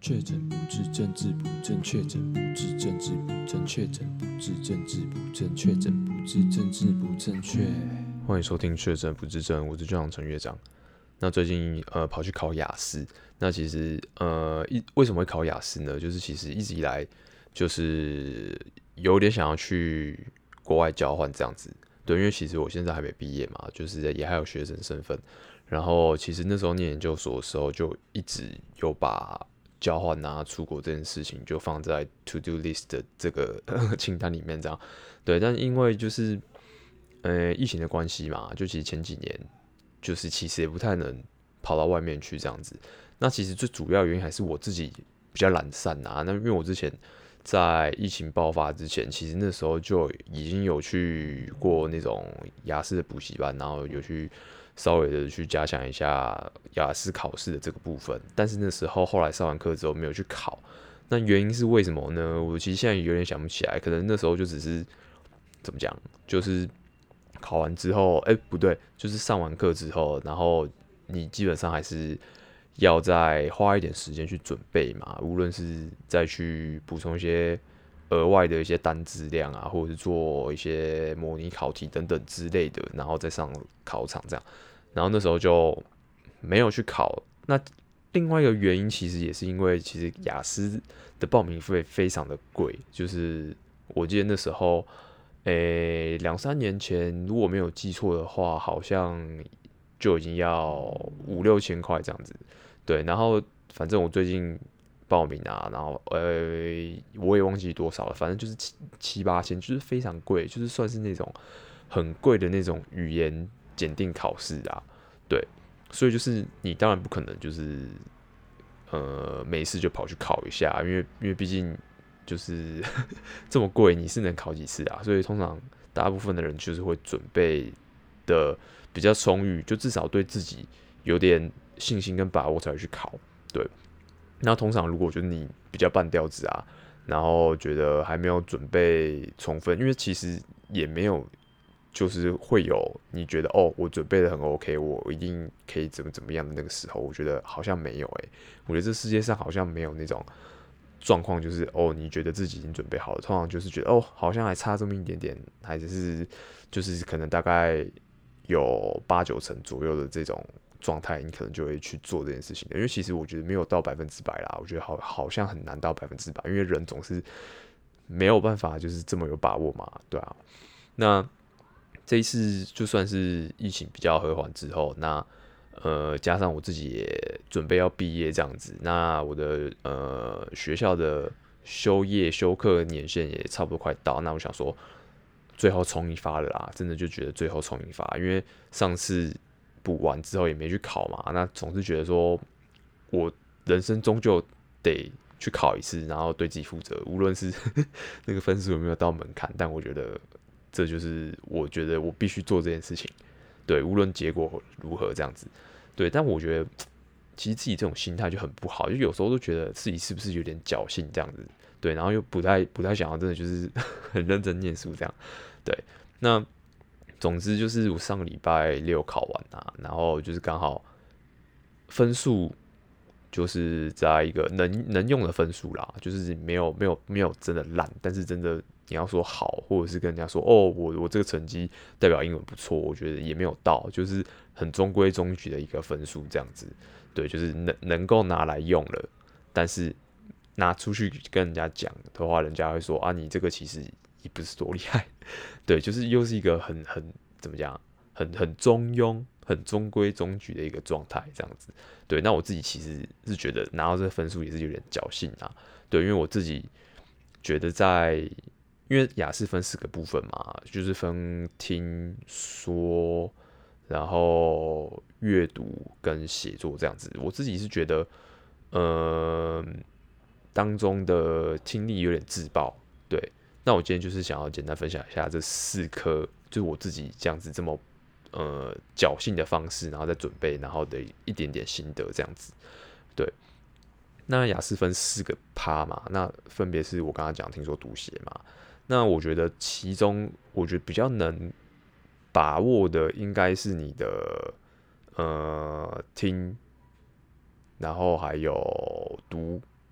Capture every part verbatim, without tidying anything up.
确诊不治，政治不正确；诊不治，政治不正确；诊不治，政治不正确；诊不治，政治不正确。欢迎收听《确诊不治症》，我是队长陈乐长。那最近呃跑去考雅思，那其实呃一为什么会考雅思呢？就是其实一直以来就是有点想要去国外交换这样子。对，因为其实我现在还没毕业嘛，就是也还有学生身份。然后其实那时候念研究所的时候，就一直有把交换啊、出国这件事情就放在 to do list 的这个清单里面，这样对。但因为就是呃疫情的关系嘛，就其实前几年就是其实也不太能跑到外面去这样子。那其实最主要原因还是我自己比较懒散啊。那因为我之前在疫情爆发之前，其实那时候就已经有去过那种雅思的补习班，然后有去稍微的去加强一下雅思考试的这个部分。但是那时候后来上完课之后没有去考，那原因是为什么呢？我其实现在有点想不起来，可能那时候就只是怎么讲，就是考完之后，哎、欸，不对，就是上完课之后，然后你基本上还是要再花一点时间去准备嘛，无论是再去补充一些额外的一些单字量啊，或者是做一些模拟考题等等之类的，然后再上考场这样。然后那时候就没有去考。那另外一个原因其实也是因为，其实雅思的报名费非常的贵，就是我记得那时候，诶，两三年前如果没有记错的话，好像就已经要五六千块这样子。对，然后反正我最近报名啊，然后呃我也忘记多少了，反正就是七七八千，就是非常贵，就是算是那种很贵的那种语言检定考试啊。对，所以就是你当然不可能就是呃没事就跑去考一下，因为因为毕竟就是这么贵，你是能考几次啊？所以通常大部分的人就是会准备的比较充裕，就至少对自己有点信心跟把握才会去考。对，那通常如果就是你比较半吊子啊，然后觉得还没有准备充分，因为其实也没有就是会有你觉得哦，我准备的很 OK， 我一定可以怎么怎么样的那个时候，我觉得好像没有诶、欸，我觉得这世界上好像没有那种状况，就是哦，你觉得自己已经准备好了，通常就是觉得哦，好像还差这么一点点，还是就是可能大概有八九成左右的这种状态，你可能就会去做这件事情的。因为其实我觉得没有到百分之百啦，我觉得好好像很难到百分之百，因为人总是没有办法就是这么有把握嘛，对啊。那这一次就算是疫情比较和缓之后，那呃加上我自己也准备要毕业这样子，那我的呃学校的修业修课年限也差不多快到，那我想说最后冲一发了啦，真的就觉得最后冲一发，因为上次补完之后也没去考嘛，那总是觉得说我人生终究得去考一次，然后对自己负责，无论是那个分数有没有到门槛，但我觉得这就是我觉得我必须做这件事情，对，无论结果如何这样子，对，但我觉得其实自己这种心态就很不好，就有时候都觉得自己是不是有点侥幸这样子，对，然后又不太不太想要真的就是很认真念书这样，对，那总之就是我上个礼拜六考完啊，然后就是刚好分数就是在一个能能用的分数啦，就是没有没有没有真的烂，但是真的你要说好，或者是跟人家说哦，我我这个成绩代表英文不错，我觉得也没有到，就是很中规中矩的一个分数这样子。对，就是能能够拿来用了，但是拿出去跟人家讲的话，人家会说啊，你这个其实也不是多厉害。对，就是又是一个很很怎么讲，很很中庸、很中规中矩的一个状态，这样子。对，那我自己其实是觉得拿到这个分数也是有点侥幸啊。对，因为我自己觉得在，因为雅思分四个部分嘛，就是分听说，然后阅读跟写作这样子。我自己是觉得，呃，当中的听力有点自爆。对，那我今天就是想要简单分享一下这四科，就是我自己这样子这么呃侥幸的方式，然后再准备，然后的一点点心得这样子。对，那雅思分四个趴嘛，那分别是我刚刚讲听说读写嘛。那我觉得其中，我觉得比较能把握的应该是你的呃听，然后还有读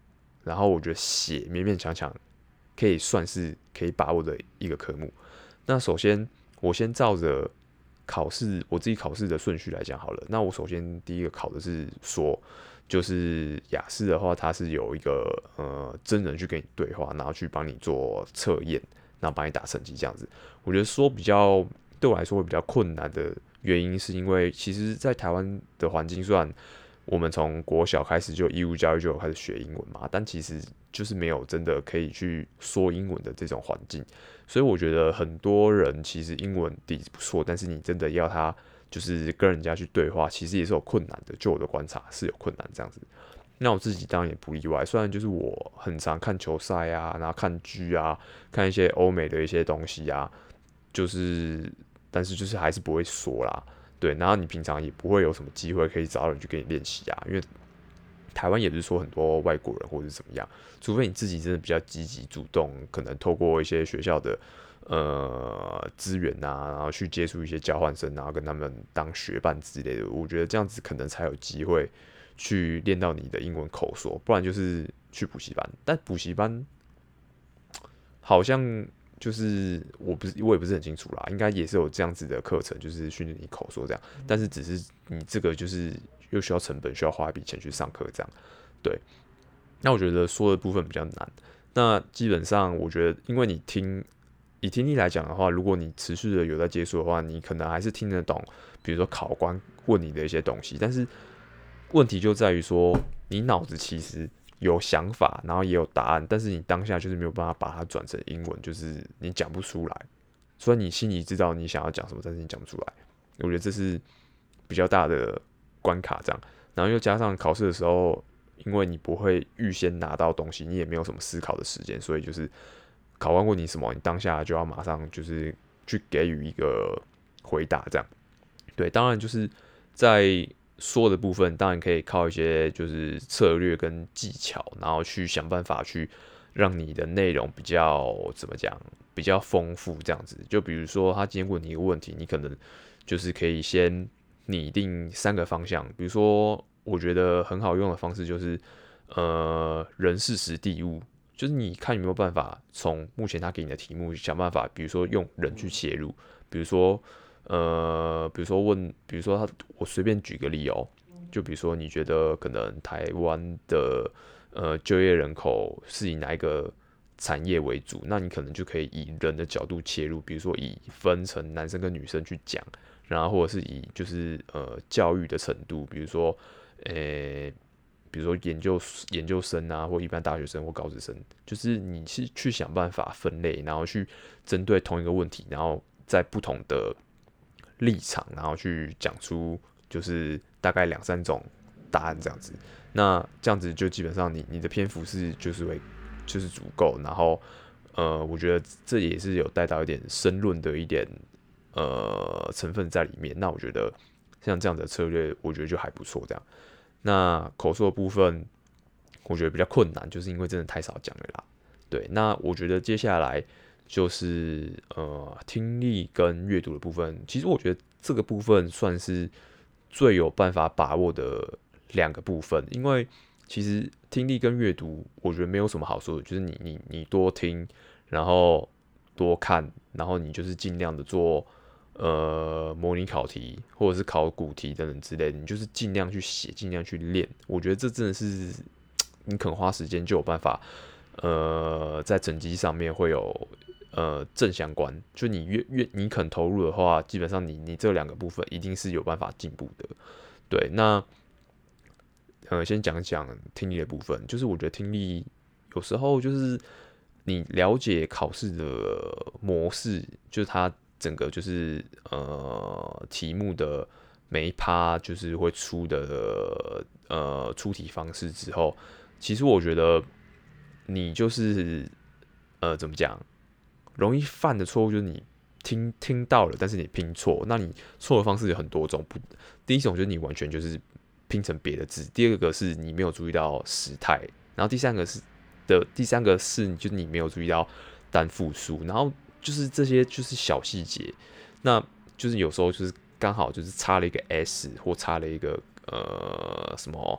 然后我觉得写勉勉强强可以算是可以把握的一个科目。那首先我先照着考试我自己考试的顺序来讲好了。那我首先第一个考的是说，就是雅思的话，它是有一个呃真人去跟你对话，然后去帮你做测验，然后帮你打成绩这样子。我觉得说比较对我来说会比较困难的原因，是因为其实，在台湾的环境，虽然我们从国小开始就义务教育就有开始学英文嘛，但其实就是没有真的可以去说英文的这种环境。所以我觉得很多人其实英文底子不错，但是你真的要他就是跟人家去对话，其实也是有困难的。就我的观察是有困难这样子。那我自己当然也不例外，虽然就是我很常看球赛啊，然后看剧啊，看一些欧美的一些东西啊，就是但是就是还是不会说啦。对，然后你平常也不会有什么机会可以找到人去跟你练习啊，因为台湾也不是说很多外国人或者是怎么样，除非你自己真的比较积极主动，可能透过一些学校的呃资源啊，然后去接触一些交换生，然后跟他们当学伴之类的，我觉得这样子可能才有机会去练到你的英文口说，不然就是去补习班。但补习班好像就是我不是我也不是很清楚啦，应该也是有这样子的课程，就是训练你口说这样，但是只是你这个就是又需要成本，需要花一笔钱去上课这样。对，那我觉得说的部分比较难。那基本上我觉得，因为你听以听力来讲的话，如果你持续的有在接触的话，你可能还是听得懂，比如说考官问你的一些东西，但是问题就在于说，你脑子其实有想法，然后也有答案，但是你当下就是没有办法把它转成英文，就是你讲不出来。虽然你心里知道你想要讲什么，但是你讲不出来。我觉得这是比较大的关卡，这样。然后又加上考试的时候，因为你不会预先拿到东西，你也没有什么思考的时间，所以就是考官问你什么，你当下就要马上就是去给予一个回答，这样。对，当然就是在说的部分，当然可以靠一些就是策略跟技巧，然后去想办法去让你的内容比较怎么讲，比较丰富这样子。就比如说他今天问你一个问题，你可能就是可以先拟定三个方向。比如说，我觉得很好用的方式就是呃人事时地物，就是你看有没有办法从目前他给你的题目想办法，比如说用人去切入，比如说。呃，比如说问，比如说他，我随便举个例哦，就比如说你觉得可能台湾的呃就业人口是以哪一个产业为主，那你可能就可以以人的角度切入，比如说以分成男生跟女生去讲，然后或者是以就是呃教育的程度，比如说呃比如说研究研究生啊，或一般大学生或高职生，就是你是去想办法分类，然后去针对同一个问题，然后在不同的立场，然后去讲出就是大概两三种答案这样子。那这样子就基本上你你的篇幅是就是会就是足够，然后呃，我觉得这也是有带到一点申论的一点呃成分在里面。那我觉得像这样的策略，我觉得就还不错这样。那口说的部分，我觉得比较困难，就是因为真的太少讲了啦。对，那我觉得接下来。就是呃听力跟阅读的部分，其实我觉得这个部分算是最有办法把握的两个部分，因为其实听力跟阅读，我觉得没有什么好说的，就是你你你多听，然后多看，然后你就是尽量的做呃模拟考题或者是考古题等等之类的，你就是尽量去写，尽量去练。我觉得这真的是你肯花时间就有办法，呃，在成绩上面会有。呃，正相关，就你越越你肯投入的话，基本上你你这两个部分一定是有办法进步的。对，那呃，先讲讲听力的部分，就是我觉得听力有时候就是你了解考试的模式，就是它整个就是呃题目的每一趴就是会出的呃出题方式之后，其实我觉得你就是呃怎么讲？容易犯的错误就是你听听到了，但是你拼错。那你错的方式有很多种，不，第一种就是你完全就是拼成别的字，第二个是你没有注意到时态，然后第三个是的，第三个是就是你没有注意到单复数，然后就是这些就是小细节，那就是有时候就是刚好就是差了一个 s 或差了一个呃什么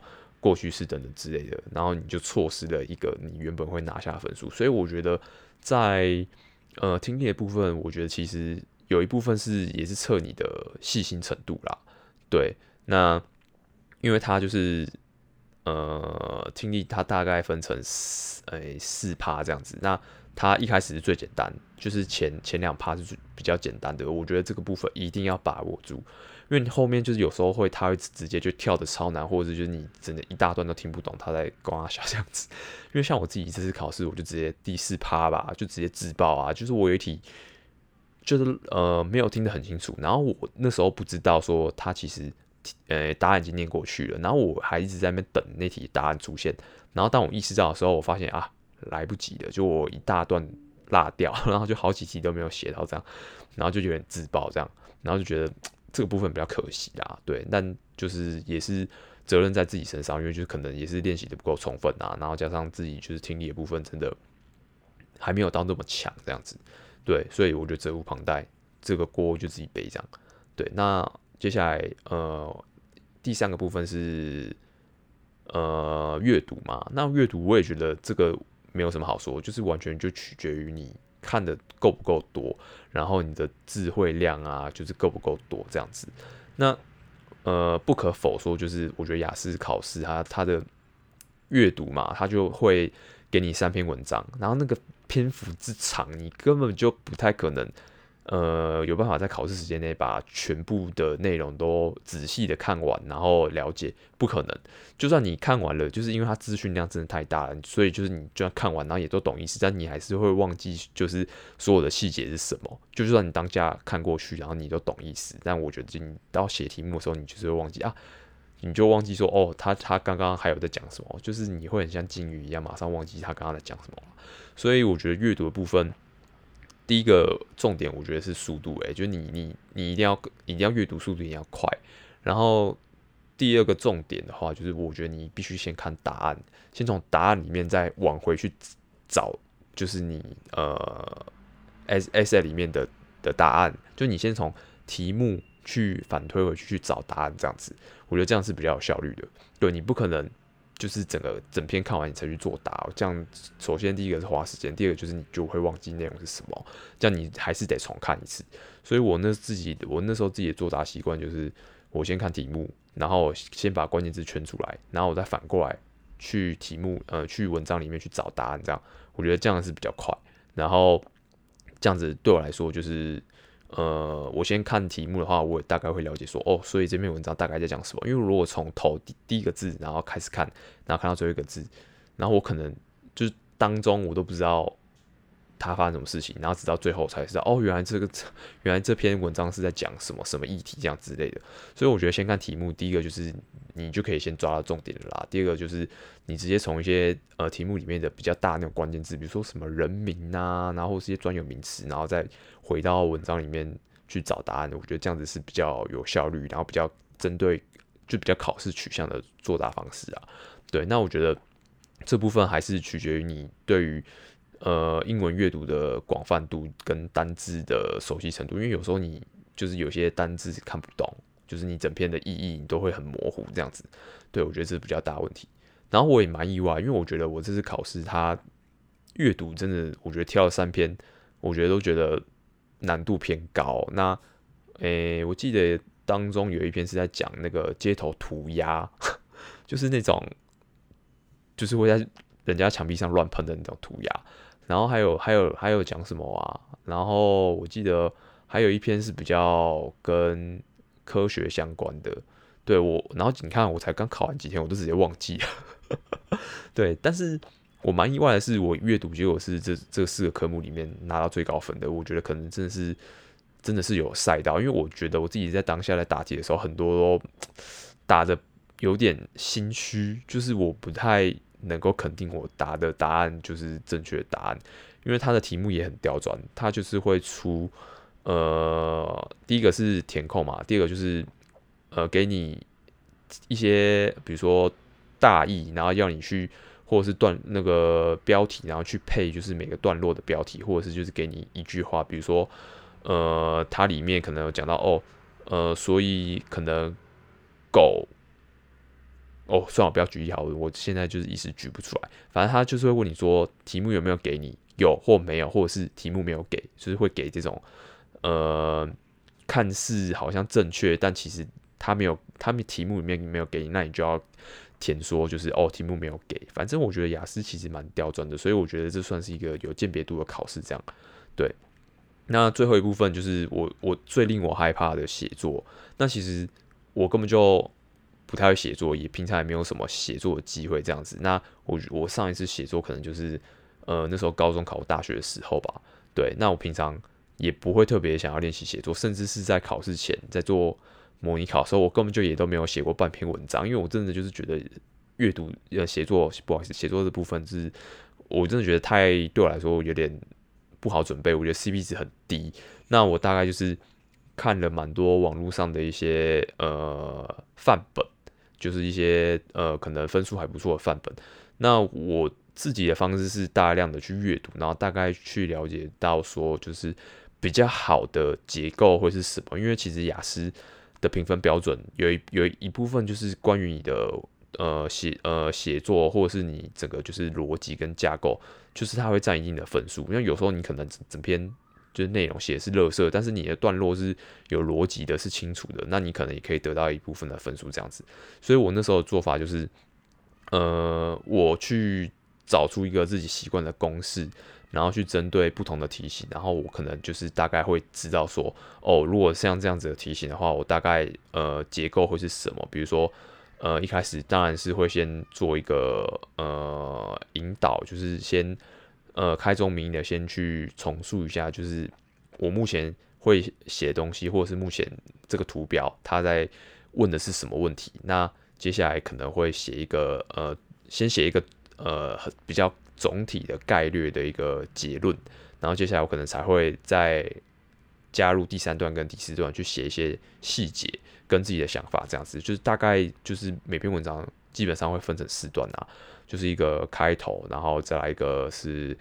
过去式等等之类的，然后你就错失了一个你原本会拿下的分数。所以我觉得在呃听力的部分，我觉得其实有一部分是也是测你的细心程度啦。对，那因为它就是呃听力它大概分成四诶四趴这样子，那它一开始是最简单，就是前前两趴是比较简单的，我觉得这个部分一定要把握住。因为你后面就是有时候会，他会直接就跳的超难，或者是就是你真的一大段都听不懂他在跟他小这样子。因为像我自己这次考试，我就直接第四趴吧，就直接自爆啊，就是我有一题就是呃没有听得很清楚，然后我那时候不知道说他其实呃答案已经念过去了，然后我还一直在那边等那题答案出现，然后当我意识到的时候，我发现啊来不及了，就我一大段落掉，然后就好几题都没有写到这样，然后就有点自爆这样，然后就觉得。这个部分比较可惜啦，对，但就是也是责任在自己身上，因为就是可能也是练习的不够充分啊，然后加上自己就是听力的部分真的还没有到那么强这样子，对，所以我觉得责无旁贷，这个锅就自己背这样，对，那接下来呃第三个部分是呃阅读嘛，那阅读我也觉得这个没有什么好说，就是完全就取决于你。看的够不够多，然后你的智慧量啊，就是够不够多这样子。那呃，不可否说，就是我觉得雅思考试它它的阅读嘛，它就会给你三篇文章，然后那个篇幅之长，你根本就不太可能。呃，有办法在考试时间内把全部的内容都仔细的看完，然后了解，不可能。就算你看完了，就是因为它资讯量真的太大了，所以就是你就算看完，然后也都懂意思，但你还是会忘记，就是所有的细节是什么。就算你当下看过去，然后你都懂意思，但我觉得你到写题目的时候，你就是会忘记啊，你就忘记说哦，他他刚刚还有在讲什么，就是你会很像金鱼一样，马上忘记他刚刚在讲什么。所以我觉得阅读的部分。第一个重点，我觉得是速度、欸，哎，就是你你你一定要一定要阅读速度一定要快。然后第二个重点的话，就是我觉得你必须先看答案，先从答案里面再往回去找，就是你呃 S S A 里面的的答案，就你先从题目去反推回去去找答案，这样子，我觉得这样是比较有效率的。对你不可能。就是整个整篇看完你才去作答，这样首先第一个是花时间，第二个就是你就会忘记内容是什么，这样你还是得重看一次。所以我那自己我那时候自己的作答习惯就是我先看题目，然后先把关键字圈出来，然后我再反过来去题目呃去文章里面去找答案，这样我觉得这样是比较快，然后这样子对我来说就是。呃，我先看题目的话，我也大概会了解说，哦，所以这篇文章大概在讲什么。因为如果从头第第一个字，然后开始看，然后看到最后一个字，然后我可能就是当中我都不知道它发生什么事情，然后直到最后才知道，哦，原来这个原来这篇文章是在讲什么什么议题这样之类的。所以我觉得先看题目，第一个就是你就可以先抓到重点了啦。第二个就是你直接从一些呃题目里面的比较大那种关键字，比如说什么人名啊，然后是一些专有名词，然后再回到文章里面去找答案的，我觉得这样子是比较有效率，然后比较针对就比较考试取向的作答方式啊。对，那我觉得这部分还是取决于你对于呃英文阅读的广泛度跟单字的熟悉程度，因为有时候你就是有些单字看不懂，就是你整篇的意义你都会很模糊这样子。对，我觉得这是比较大的问题。然后我也蛮意外，因为我觉得我这次考试它阅读真的，我觉得挑了三篇，我觉得都觉得。难度偏高，那诶、欸，我记得当中有一篇是在讲那个街头涂鸦，就是那种，就是会在人家墙壁上乱喷的那种涂鸦。然后还有还有还有讲什么啊？然后我记得还有一篇是比较跟科学相关的，对我，然后你看我才刚考完几天，我都直接忘记了，对，但是。我蛮意外的是，我阅读结果是这这四个科目里面拿到最高分的。我觉得可能真的是真的是有赛到，因为我觉得我自己在当下在答题的时候，很多都答的有点心虚，就是我不太能够肯定我答的答案就是正确的答案，因为它的题目也很刁钻，它就是会出呃第一个是填空嘛，第二个就是呃给你一些比如说大意，然后要你去。或者是段那个标题，然后去配就是每个段落的标题，或者是就是给你一句话，比如说，呃，它里面可能有讲到哦，呃，所以可能狗哦，算了，我不要举例好了，我现在就是一时举不出来。反正他就是会问你说题目有没有给你，有或没有，或者是题目没有给，就是会给这种呃看似好像正确，但其实他没有，他们题目里面没有给你，那你就要填说就是哦题目没有给。反正我觉得雅思其实蛮刁钻的，所以我觉得这算是一个有鉴别度的考试，这样对。那最后一部分就是我我最令我害怕的写作。那其实我根本就不太会写作，也平常也没有什么写作的机会这样子。那我我上一次写作可能就是呃那时候高中考大学的时候吧。对，那我平常也不会特别想要练习写作，甚至是在考试前在做模拟考的时候，我根本就也都没有写过半篇文章，因为我真的就是觉得阅读呃写作不好意思写作这部分是我真的觉得太对我来说有点不好准备，我觉得 C P 值很低。那我大概就是看了蛮多网络上的一些呃范本，就是一些呃可能分数还不错的范本。那我自己的方式是大量的去阅读，然后大概去了解到说就是比较好的结构会是什么。因为其实雅思的评分标准有一有一部分就是关于你的呃写呃写作，或者是你整个就是逻辑跟架构，就是它会占一定的分数。因为有时候你可能整篇就是内容写的是垃圾，但是你的段落是有逻辑的，是清楚的，那你可能也可以得到一部分的分数这样子。所以我那时候的做法就是，呃，我去找出一个自己习惯的公式，然后去针对不同的题型，然后我可能就是大概会知道说，哦，如果像这样子的题型的话，我大概呃结构会是什么？比如说，呃，一开始当然是会先做一个呃引导，就是先呃开宗明义的先去重述一下，就是我目前会写的东西，或者是目前这个图表它在问的是什么问题。那接下来可能会写一个呃，先写一个呃比较总体的概略的一个结论，然后接下来我可能才会再加入第三段跟第四段去写一些细节跟自己的想法，这样子就是大概就是每篇文章基本上会分成四段啊，就是一个开头，然后再来一个是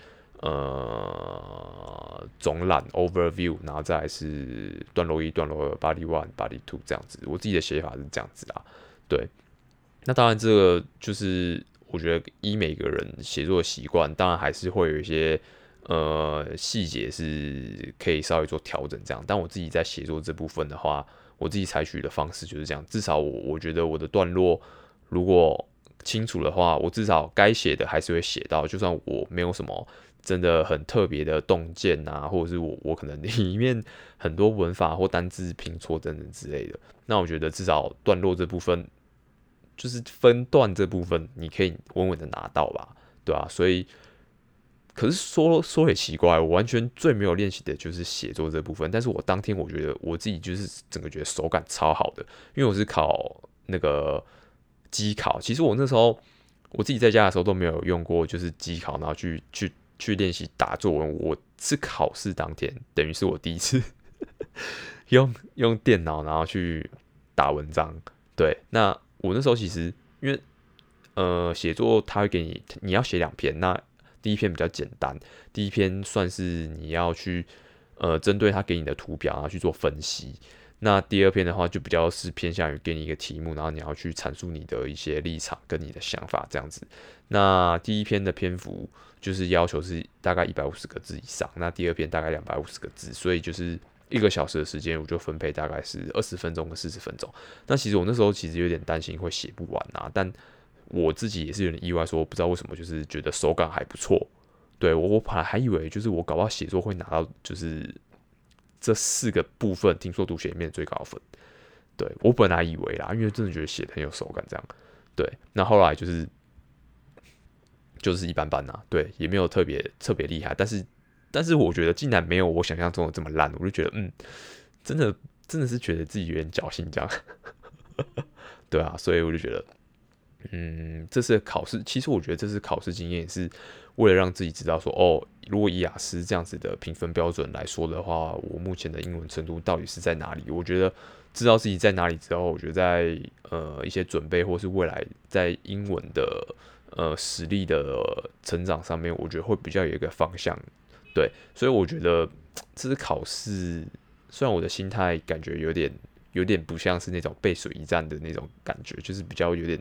呃总览 overview， 然后再来是段落一、段落二、body one、body two 这样子。我自己的写法是这样子啦，对。那当然，这个就是我觉得依每个人写作的习惯，当然还是会有一些呃细节是可以稍微做调整这样。但我自己在写作这部分的话，我自己采取的方式就是这样。至少我我觉得我的段落如果清楚的话，我至少该写的还是会写到，就算我没有什么真的很特别的洞见啊，或者是我我可能里面很多文法或单字拼错等等之类的，那我觉得至少段落这部分。就是分段这部分，你可以稳稳的拿到吧，对啊，所以，可是说说也奇怪，我完全最没有练习的就是写作这部分。但是我当天我觉得我自己就是整个觉得手感超好的，因为我是考那个机考，其实我那时候我自己在家的时候都没有用过，就是机考，然后去去去练习打作文。我是考试当天，等于是我第一次用用电脑然后去打文章，对，那。我那时候其实因为呃写作他会给你你要写两篇，那第一篇比较简单，第一篇算是你要去呃针对他给你的图表然后去做分析，那第二篇的话就比较是偏向于给你一个题目，然后你要去阐述你的一些立场跟你的想法这样子。那第一篇的篇幅就是要求是大概一百五十个字以上，那第二篇大概两百五十个字，所以就是。一个小时的时间，我就分配大概是二十分钟跟四十分钟。那其实我那时候其实有点担心会写不完啊，但我自己也是有点意外，说不知道为什么，就是觉得手感还不错。对我，我本来还以为就是我搞不好写作会拿到就是这四个部分听说读写里面最高分。对我本来以为啦，因为真的觉得写的很有手感这样。对，那后来就是就是一般般啊，对，也没有特别特别厉害，但是。但是我觉得竟然没有我想象中的这么烂，我就觉得嗯，真的真的是觉得自己有点侥幸这样，对啊，所以我就觉得，嗯，这次考试，其实我觉得这次考试经验也是为了让自己知道说，哦，如果以雅思这样子的评分标准来说的话，我目前的英文程度到底是在哪里？我觉得知道自己在哪里之后，我觉得在呃一些准备或是未来在英文的呃实力的成长上面，我觉得会比较有一个方向。对，所以我觉得这次考试，虽然我的心态感觉有点有点不像是那种背水一战的那种感觉，就是比较有点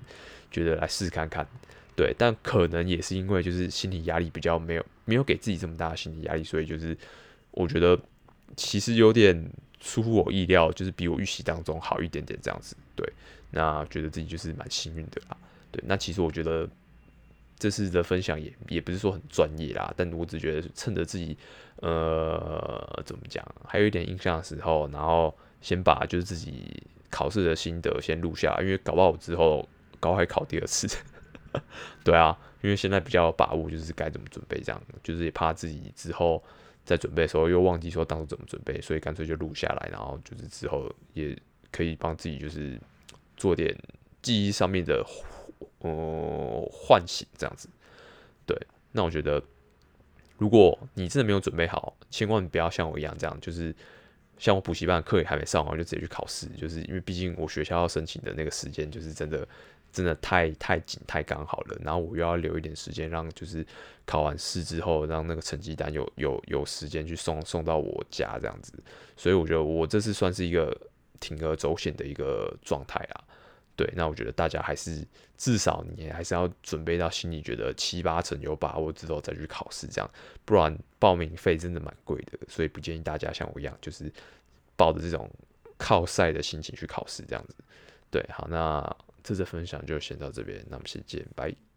觉得来试看看。对，但可能也是因为就是心理压力比较没有没有给自己这么大的心理压力，所以就是我觉得其实有点出乎我意料，就是比我预期当中好一点点这样子。对，那觉得自己就是蛮幸运的啦。对，那其实我觉得这次的分享也也不是说很专业啦，但我只觉得趁着自己呃怎么讲还有一点印象的时候，然后先把就是自己考试的心得先录下来，因为搞不好我之后高还考第二次。对啊，因为现在比较有把握，就是该怎么准备这样，就是也怕自己之后在准备的时候又忘记说当初怎么准备，所以干脆就录下来，然后就是之后也可以帮自己就是做点记忆上面的呃唤醒这样子。对，那我觉得如果你真的没有准备好，千万不要像我一样这样，就是像我补习班的课也还没上完就直接去考试，就是因为毕竟我学校要申请的那个时间就是真的。真的太太紧太刚好了，然后我又要留一点时间让就是考完试之后，让那个成绩单有有有时间去送送到我家这样子，所以我觉得我这次算是一个铤而走险的一个状态啦。对，那我觉得大家还是至少你还是要准备到心里觉得七八成有把握之后再去考试，这样不然报名费真的蛮贵的，所以不建议大家像我一样就是抱着这种靠赛的心情去考试这样子。对，好，那这次分享就先到这边，那我们先见，拜。